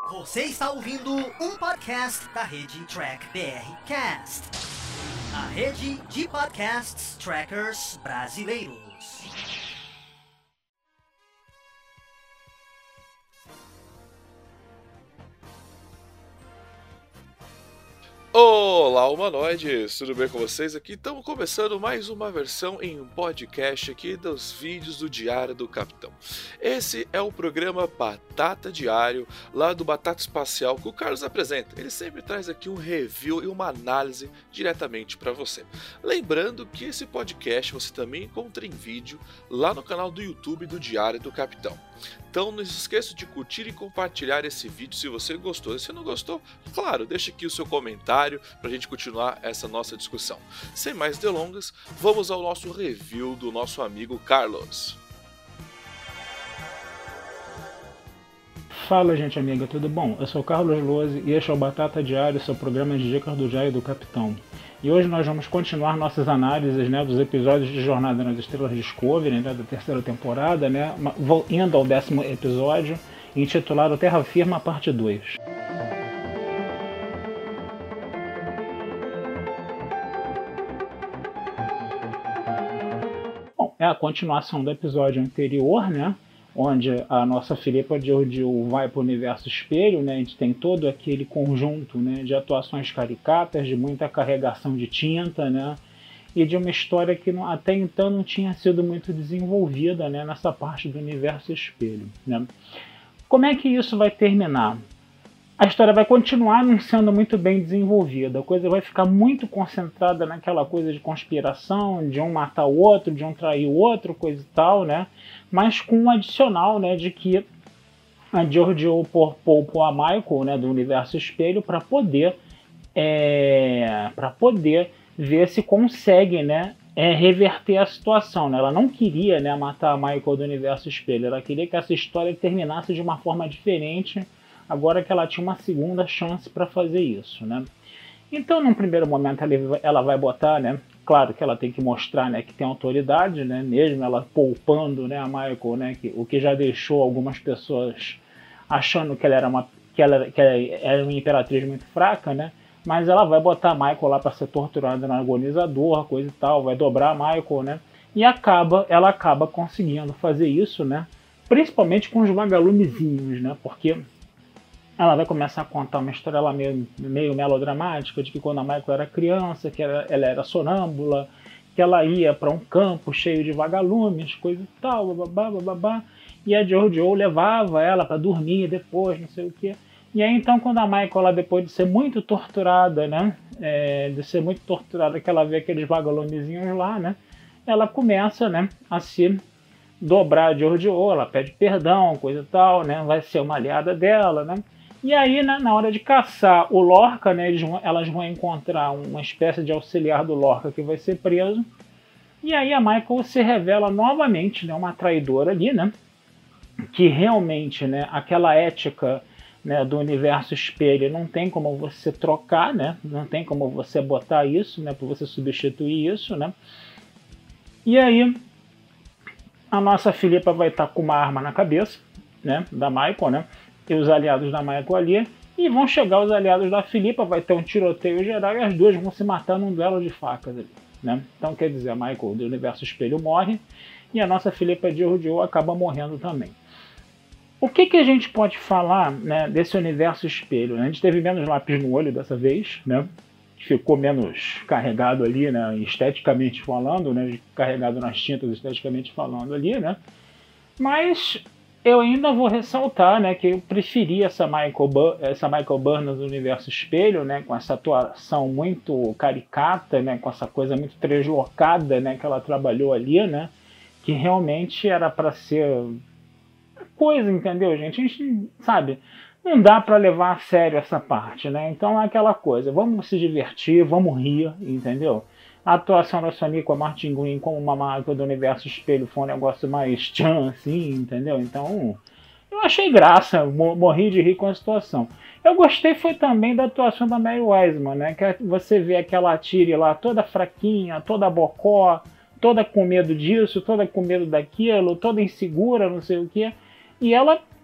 Você está ouvindo um podcast da rede Track BR Cast, a rede de podcasts trackers brasileiros. Olá, humanoides! Tudo bem com vocês? Aqui estamos começando mais uma versão em um podcast aqui dos vídeos do Diário do Capitão. Esse é o programa Batata Diário, lá do Batata Espacial, que o Carlos apresenta. Ele sempre traz aqui um review e uma análise diretamente para você. Lembrando que esse podcast você também encontra em vídeo lá no canal do YouTube do Diário do Capitão. Então não se esqueça de curtir e compartilhar esse vídeo se você gostou. Se não gostou, claro, deixa aqui o seu comentário para a gente continuar essa nossa discussão. Sem mais delongas, vamos ao nosso review do nosso amigo Carlos. Fala, gente amiga, tudo bom? Eu sou o Carlos Lose e este é o Batata Diário, seu programa de dicas do Diário do Capitão. E hoje nós vamos continuar nossas análises, né, dos episódios de Jornada nas Estrelas Discovery, né, da terceira temporada, né, indo ao 10º episódio, intitulado Terra Firma, parte 2. Bom, é a continuação do episódio anterior, né, onde a nossa Philippa Georgiou vai para o universo espelho, né? A gente tem todo aquele conjunto, né, de atuações caricatas, de muita carregação de tinta, né, e de uma história que até então não tinha sido muito desenvolvida, né, nessa parte do universo espelho, né. Como é que isso vai terminar? A história vai continuar não sendo muito bem desenvolvida, a coisa vai ficar muito concentrada naquela coisa de conspiração, de um matar o outro, de um trair o outro, coisa e tal, né? Mas com um adicional, né, de que a Georgiou poupou a Michael, né, do universo espelho para poder ver se consegue, né, reverter a situação, né? Ela não queria, né, matar a Michael do universo espelho, ela queria que essa história terminasse de uma forma diferente, agora que ela tinha uma segunda chance para fazer isso, né? Então, num primeiro momento, ela vai botar, né? Claro que ela tem que mostrar, né, que tem autoridade, né? Mesmo ela poupando, né, a Michael, né? O que já deixou algumas pessoas achando que ela era uma imperatriz muito fraca, né? Mas ela vai botar a Michael lá para ser torturada no agonizador, coisa e tal, vai dobrar a Michael, né? E ela acaba conseguindo fazer isso, né? Principalmente com os vagalumezinhos, né? Porque ela vai começar a contar uma história lá meio melodramática, de que quando a Michael era criança, que ela era sonâmbula, que ela ia para um campo cheio de vagalumes, coisa e tal, babá, e a Georgiou levava ela para dormir depois, não sei o quê. E aí então quando a Michael, ela, depois de ser muito torturada, né, que ela vê aqueles vagalumezinhos lá, né, ela começa, né, a se dobrar a Georgiou, ela pede perdão, coisa e tal, né, vai ser uma aliada dela, né. E aí, né, na hora de caçar o Lorca, né, elas vão encontrar uma espécie de auxiliar do Lorca que vai ser preso. E aí a Michael se revela novamente, né, uma traidora ali, né, que realmente, né, aquela ética, né, do universo espelho não tem como você trocar, né, não tem como você botar isso, né, para você substituir isso, né. E aí a nossa Philippa vai estar com uma arma na cabeça, né, da Michael, né, e os aliados da Michael ali, e vão chegar os aliados da Philippa, vai ter um tiroteio geral e as duas vão se matar num duelo de facas ali, né? Então quer dizer, a Michael do universo espelho morre e a nossa Philippa Georgiou acaba morrendo também. O que a gente pode falar, né, desse universo espelho? A gente teve menos lápis no olho dessa vez, né? Ficou menos carregado ali, né, esteticamente falando, né, carregado nas tintas esteticamente falando ali, né? Mas eu ainda vou ressaltar, né, que eu preferi essa Michael Burnham do universo espelho, né, com essa atuação muito caricata, né, com essa coisa muito deslocada, né, que ela trabalhou ali, né, que realmente era para ser coisa, entendeu, gente? A gente sabe, não dá para levar a sério essa parte, né? Então é aquela coisa, vamos se divertir, vamos rir, entendeu? A atuação da Sonequa Martin Green como uma marca do universo espelho foi um negócio mais tchan, assim, entendeu? Então, eu achei graça, morri de rir com a situação. Eu gostei foi também da atuação da Mary Wiseman, né? Que você vê aquela Tiri lá toda fraquinha, toda bocó, toda com medo disso, toda com medo daquilo, toda insegura, não sei o quê. E ela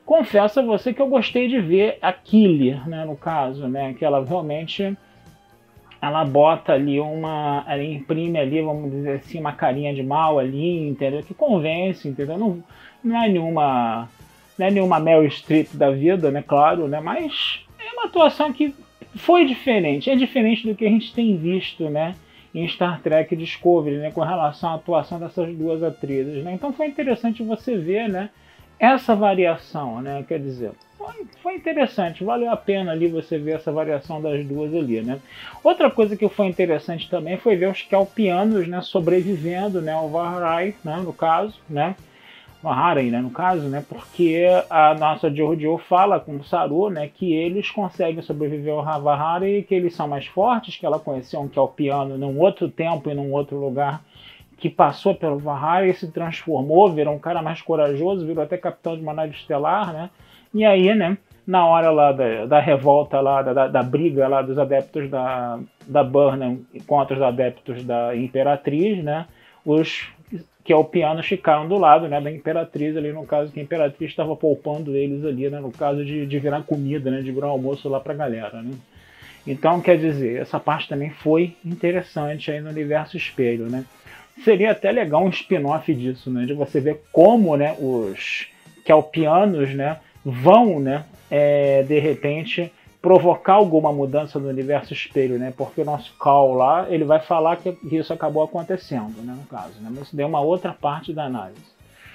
confesso a você que eu gostei de ver a Killer, né, no caso, né, que ela realmente ela bota ali ela imprime ali, vamos dizer assim, uma carinha de mal ali, entendeu? Que convence, entendeu? Não é nenhuma Meryl Streep da vida, né, claro, né, mas é uma atuação que foi diferente, é diferente do que a gente tem visto, né, em Star Trek Discovery, né, com relação à atuação dessas duas atrizes, né? Então foi interessante você ver, né, essa variação, né? Quer dizer, foi interessante, valeu a pena ali você ver essa variação das duas ali, né? Outra coisa que foi interessante também foi ver os Kelpianos, né, sobrevivendo, né, ao Vaharai, né, no caso, né? Vaharai, né, no caso, né? Porque a nossa Georgiou fala com o Saru, né, que eles conseguem sobreviver ao Vaharai e que eles são mais fortes, que ela conheceu um Kelpiano num outro tempo e num outro lugar, que passou pelo Vaharai e se transformou, virou um cara mais corajoso, virou até capitão de uma nave estelar, né? E aí, né, na hora lá da revolta, lá, da briga lá dos adeptos da Burnham contra os adeptos da Imperatriz, né, os Kelpianos ficaram do lado, né, da Imperatriz ali, no caso que a Imperatriz estava poupando eles ali, né, no caso de virar comida, né, de virar almoço lá pra galera, né. Então, quer dizer, essa parte também foi interessante aí no universo espelho, né. Seria até legal um spin-off disso, né? De você ver como, né, os Kelpianos, né, vão, né, de repente provocar alguma mudança no universo espelho, né? Porque o nosso Cal lá, ele vai falar que isso acabou acontecendo, né, no caso, né? Mas isso deu uma outra parte da análise.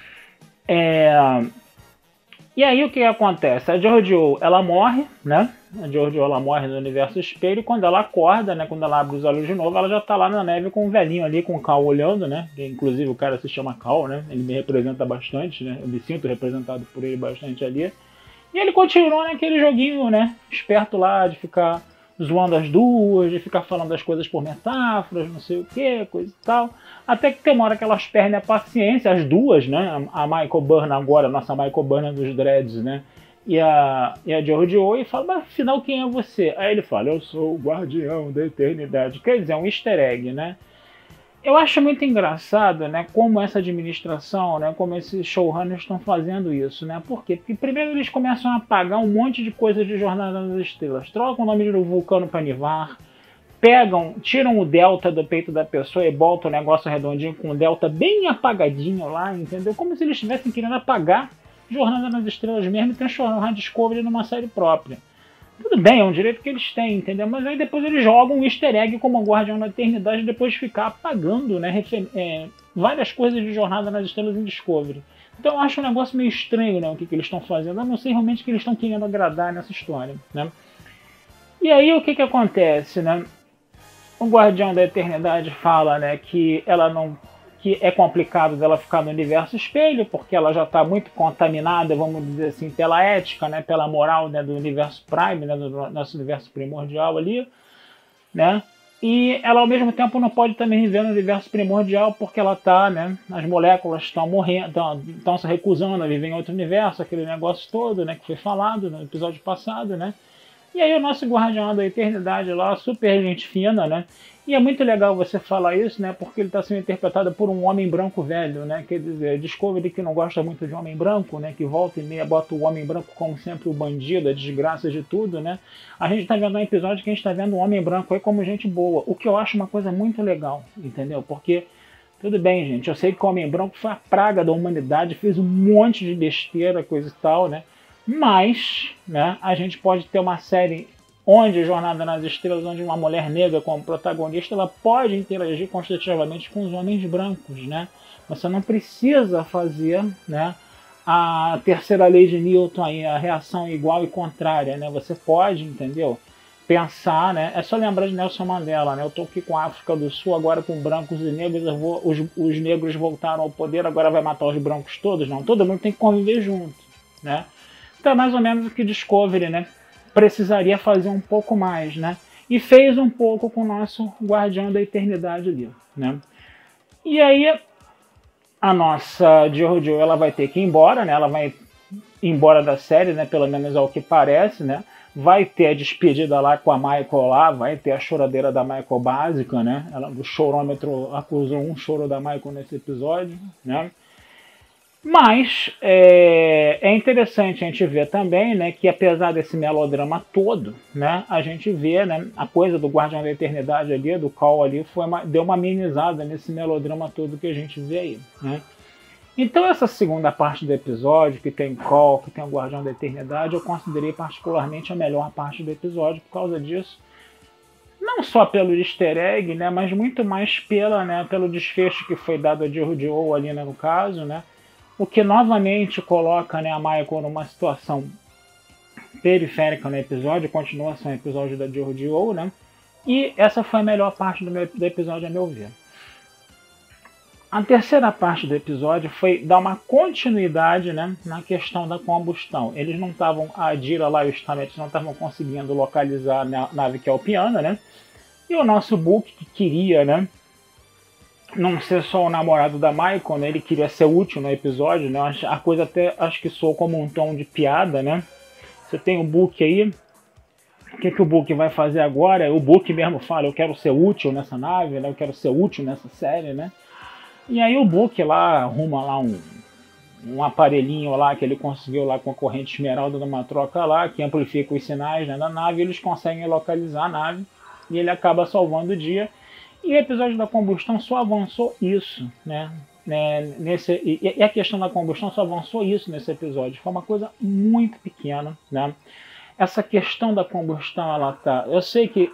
E aí o que acontece? A Georgiou, ela morre, né? A Georgiou, ela morre no universo espelho e quando ela acorda, né? Quando ela abre os olhos de novo, ela já tá lá na neve com um velhinho ali, com o Cal olhando, né? Que, inclusive o cara se chama Cal, né? Ele me representa bastante, né? Eu me sinto representado por ele bastante ali. E ele continuou naquele joguinho, né? Esperto lá de ficar zoando as duas, de ficar falando as coisas por metáforas, não sei o que, coisa e tal. Até que tem uma hora que elas perdem a paciência, as duas, né? A Michael Burnham agora, a nossa Michael Burnham dos Dreads, né? E a Georgiou, e fala, mas afinal quem é você? Aí ele fala, eu sou o guardião da eternidade. Quer dizer, é um easter egg, né? Eu acho muito engraçado, né, como essa administração, né, como esses showrunners estão fazendo isso, né? Por quê? Porque primeiro eles começam a apagar um monte de coisas de Jornada nas Estrelas, trocam o nome do vulcano para Nivar, tiram o delta do peito da pessoa e botam o negócio redondinho com o delta bem apagadinho lá, entendeu? Como se eles estivessem querendo apagar Jornada nas Estrelas mesmo e transformar a Discovery numa série própria. Tudo bem, é um direito que eles têm, entendeu? Mas aí depois eles jogam um easter egg como Guardião da Eternidade depois de ficar apagando, né, várias coisas de Jornada nas Estrelas em Discovery. Então eu acho um negócio meio estranho, né, o que eles estão fazendo. Eu não sei realmente o que eles estão querendo agradar nessa história, né? E aí o que acontece, né? O Guardião da Eternidade fala, né, que é complicado dela ficar no universo espelho, porque ela já está muito contaminada, vamos dizer assim, pela ética, né, pela moral, né, do universo Prime, né, do nosso universo primordial ali, né, e ela ao mesmo tempo não pode também viver no universo primordial, porque ela está, né, as moléculas estão morrendo, estão se recusando a viver em outro universo, aquele negócio todo, né, que foi falado no episódio passado, né. E aí o nosso Guardião da Eternidade lá, super gente fina, né? E é muito legal você falar isso, né? Porque ele está sendo interpretado por um homem branco velho, né? Quer dizer, Discovery que não gosta muito de homem branco, né? Que volta e meia bota o homem branco como sempre o bandido, a desgraça de tudo, né? A gente está vendo um episódio que a gente está vendo um homem branco aí como gente boa, o que eu acho uma coisa muito legal, entendeu? Porque, tudo bem, gente, eu sei que o homem branco foi a praga da humanidade, fez um monte de besteira, coisa e tal, né? Mas, né, a gente pode ter uma série onde Jornada nas Estrelas, onde uma mulher negra como protagonista, ela pode interagir construtivamente com os homens brancos, né? Você não precisa fazer, né, a terceira lei de Newton, aí, a reação igual e contrária, né? Você pode, entendeu? Pensar, né? É só lembrar de Nelson Mandela, né? Eu tô aqui com a África do Sul, agora com brancos e negros, os negros voltaram ao poder, agora vai matar os brancos todos? Não, todo mundo tem que conviver junto, né? Então é mais ou menos o que Discovery, né, precisaria fazer um pouco mais, né? E fez um pouco com o nosso Guardião da Eternidade ali, né? E aí a nossa Georgiou, ela vai ter que ir embora, né? Ela vai ir embora da série, né? Pelo menos ao que parece, né? Vai ter a despedida lá com a Michael lá, vai ter a choradeira da Michael básica, né? O chorômetro acusou um choro da Michael nesse episódio, né? Mas é interessante a gente ver também, né, que apesar desse melodrama todo, né, a gente vê, né, a coisa do Guardião da Eternidade ali, do Call ali, deu uma amenizada nesse melodrama todo que a gente vê aí, né. Então essa segunda parte do episódio, que tem Call, que tem o Guardião da Eternidade, eu considerei particularmente a melhor parte do episódio por causa disso. Não só pelo easter egg, né, mas muito mais pelo desfecho que foi dado a Jojo ali, né, no caso, né. O que novamente coloca, né, a Michael numa situação periférica no episódio, continua a ser um episódio da Jojo, né? E essa foi a melhor parte do episódio, a meu ver. A terceira parte do episódio foi dar uma continuidade, né, na questão da combustão. Eles não estavam, a Dira lá e o Stamets não estavam conseguindo localizar a nave que é o Piano, né? E o nosso Book, que queria, né, não ser só o namorado da Michael, né? Ele queria ser útil no episódio, né? A coisa até acho que soou como um tom de piada, né? Você tem o Book aí. O que o Book vai fazer agora? O Book mesmo fala, eu quero ser útil nessa nave, né? Eu quero ser útil nessa série, né? E aí o Book lá arruma lá um aparelhinho lá que ele conseguiu lá com a corrente esmeralda numa troca lá, que amplifica os sinais, né, da nave, e eles conseguem localizar a nave e ele acaba salvando o dia. E o episódio da combustão só avançou isso, né? E a questão da combustão só avançou isso nesse episódio. Foi uma coisa muito pequena, né? Essa questão da combustão, ela tá... Eu sei que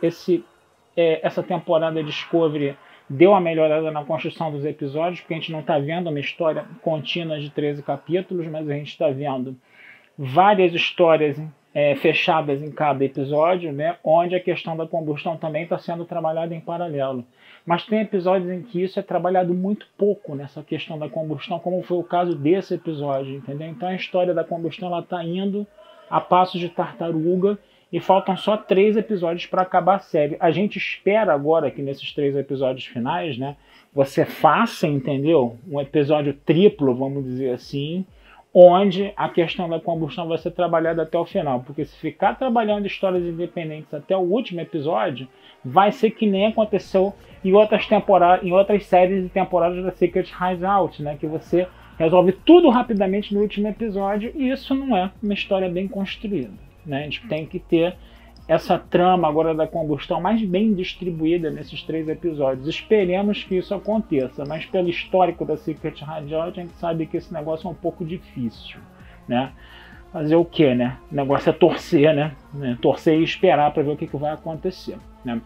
essa temporada Discovery deu uma melhorada na construção dos episódios, porque a gente não está vendo uma história contínua de 13 capítulos, mas a gente está vendo várias histórias fechadas em cada episódio, né, onde a questão da combustão também está sendo trabalhada em paralelo. Mas tem episódios em que isso é trabalhado muito pouco nessa questão da combustão, como foi o caso desse episódio, entendeu? Então a história da combustão está indo a passos de tartaruga e faltam só 3 episódios para acabar a série. A gente espera agora que nesses 3 episódios finais, né, você faça, entendeu? Um episódio triplo, vamos dizer assim, onde a questão da combustão vai ser trabalhada até o final. Porque se ficar trabalhando histórias independentes até o último episódio, vai ser que nem aconteceu em outras séries e temporadas da Secret Hideout, né? Que você resolve tudo rapidamente no último episódio, e isso não é uma história bem construída, né? A gente tem que ter essa trama agora da combustão mais bem distribuída nesses 3 episódios. Esperemos que isso aconteça, mas pelo histórico da Secret Hideout, a gente sabe que esse negócio é um pouco difícil, né? Fazer o quê, né? O negócio é torcer, né? Torcer e esperar para ver o que vai acontecer, né?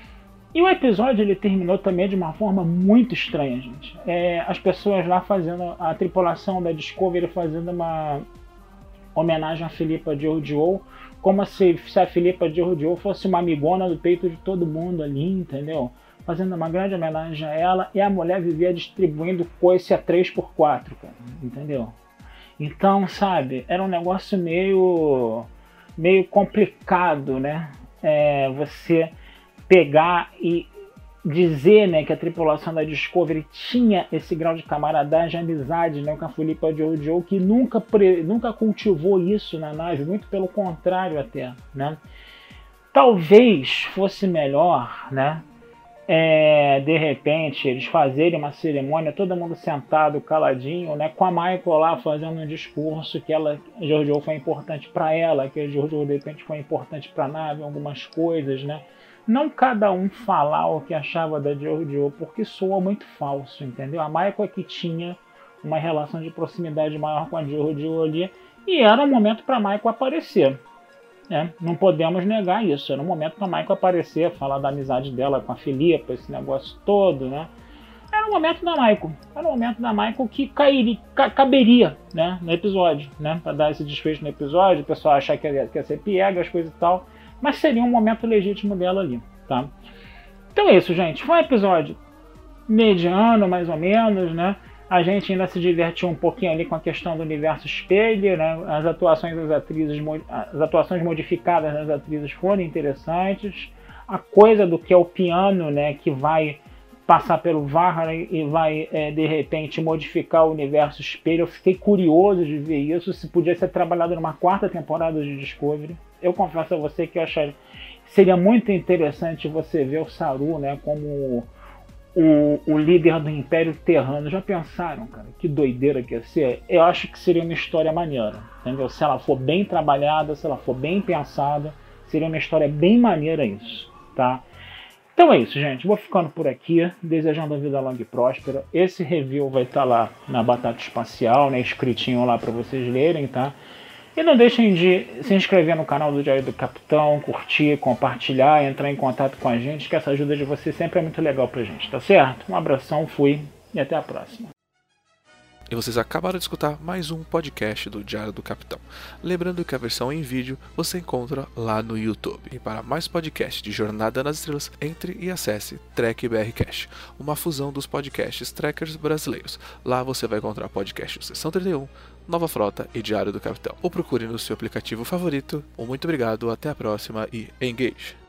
E o episódio ele terminou também de uma forma muito estranha, gente. As pessoas lá fazendo, a tripulação da Discovery fazendo uma homenagem a Philippa Georgiou, como se a Philippa Georgiou fosse uma amigona do peito de todo mundo ali, entendeu? Fazendo uma grande homenagem a ela, e a mulher vivia distribuindo coice a 3x4, cara, entendeu? Então, sabe, era um negócio meio complicado, né? Você pegar e dizer, né, que a tripulação da Discovery tinha esse grau de camaradagem, amizade, né, com a Philippa Georgiou, que nunca cultivou isso na nave, muito pelo contrário até, né? Talvez fosse melhor, né, de repente eles fazerem uma cerimônia, todo mundo sentado, caladinho, né, com a Michael lá fazendo um discurso que a Georgiou foi importante para ela, que a Georgiou de repente foi importante para a nave, algumas coisas, né? Não cada um falar o que achava da Georgiou, porque soa muito falso, entendeu? A Michael é que tinha uma relação de proximidade maior com a Georgiou ali, e era um momento para a Michael aparecer, né? Não podemos negar isso, era um momento para a Michael aparecer, falar da amizade dela com a Philippa, esse negócio todo, né? Era um momento da Michael que caberia, né, no episódio, né? Para dar esse desfecho no episódio, o pessoal achar que ia ser piega, as coisas e tal. Mas seria um momento legítimo dela ali, tá? Então é isso, gente. Foi um episódio mediano, mais ou menos, né? A gente ainda se divertiu um pouquinho ali com a questão do universo espelho, né? As atuações modificadas das atrizes foram interessantes. A coisa do que é o Piano, né? Que vai passar pelo Varra e vai, de repente, modificar o universo espelho. Eu fiquei curioso de ver isso, se podia ser trabalhado numa 4ª temporada de Discovery. Eu confesso a você que eu acharia seria muito interessante você ver o Saru, né, como o líder do Império Terrano. Já pensaram, cara? Que doideira que ia ser? Eu acho que seria uma história maneira, entendeu? Se ela for bem trabalhada, se ela for bem pensada, seria uma história bem maneira isso, tá? Então é isso, gente. Vou ficando por aqui, desejando a vida longa e próspera. Esse review vai estar lá na Batata Espacial, né, escritinho lá para vocês lerem, tá? E não deixem de se inscrever no canal do Diário do Capitão, curtir, compartilhar, entrar em contato com a gente, que essa ajuda de vocês sempre é muito legal pra gente, tá certo? Um abração, fui e até a próxima. E vocês acabaram de escutar mais um podcast do Diário do Capitão. Lembrando que a versão em vídeo você encontra lá no YouTube. E para mais podcasts de Jornada nas Estrelas, entre e acesse Trek BR Cash, uma fusão dos podcasts trekkers brasileiros. Lá você vai encontrar podcast Sessão 31, Nova Frota e Diário do Capitão. Ou procure no seu aplicativo favorito. Muito obrigado, até a próxima e engage!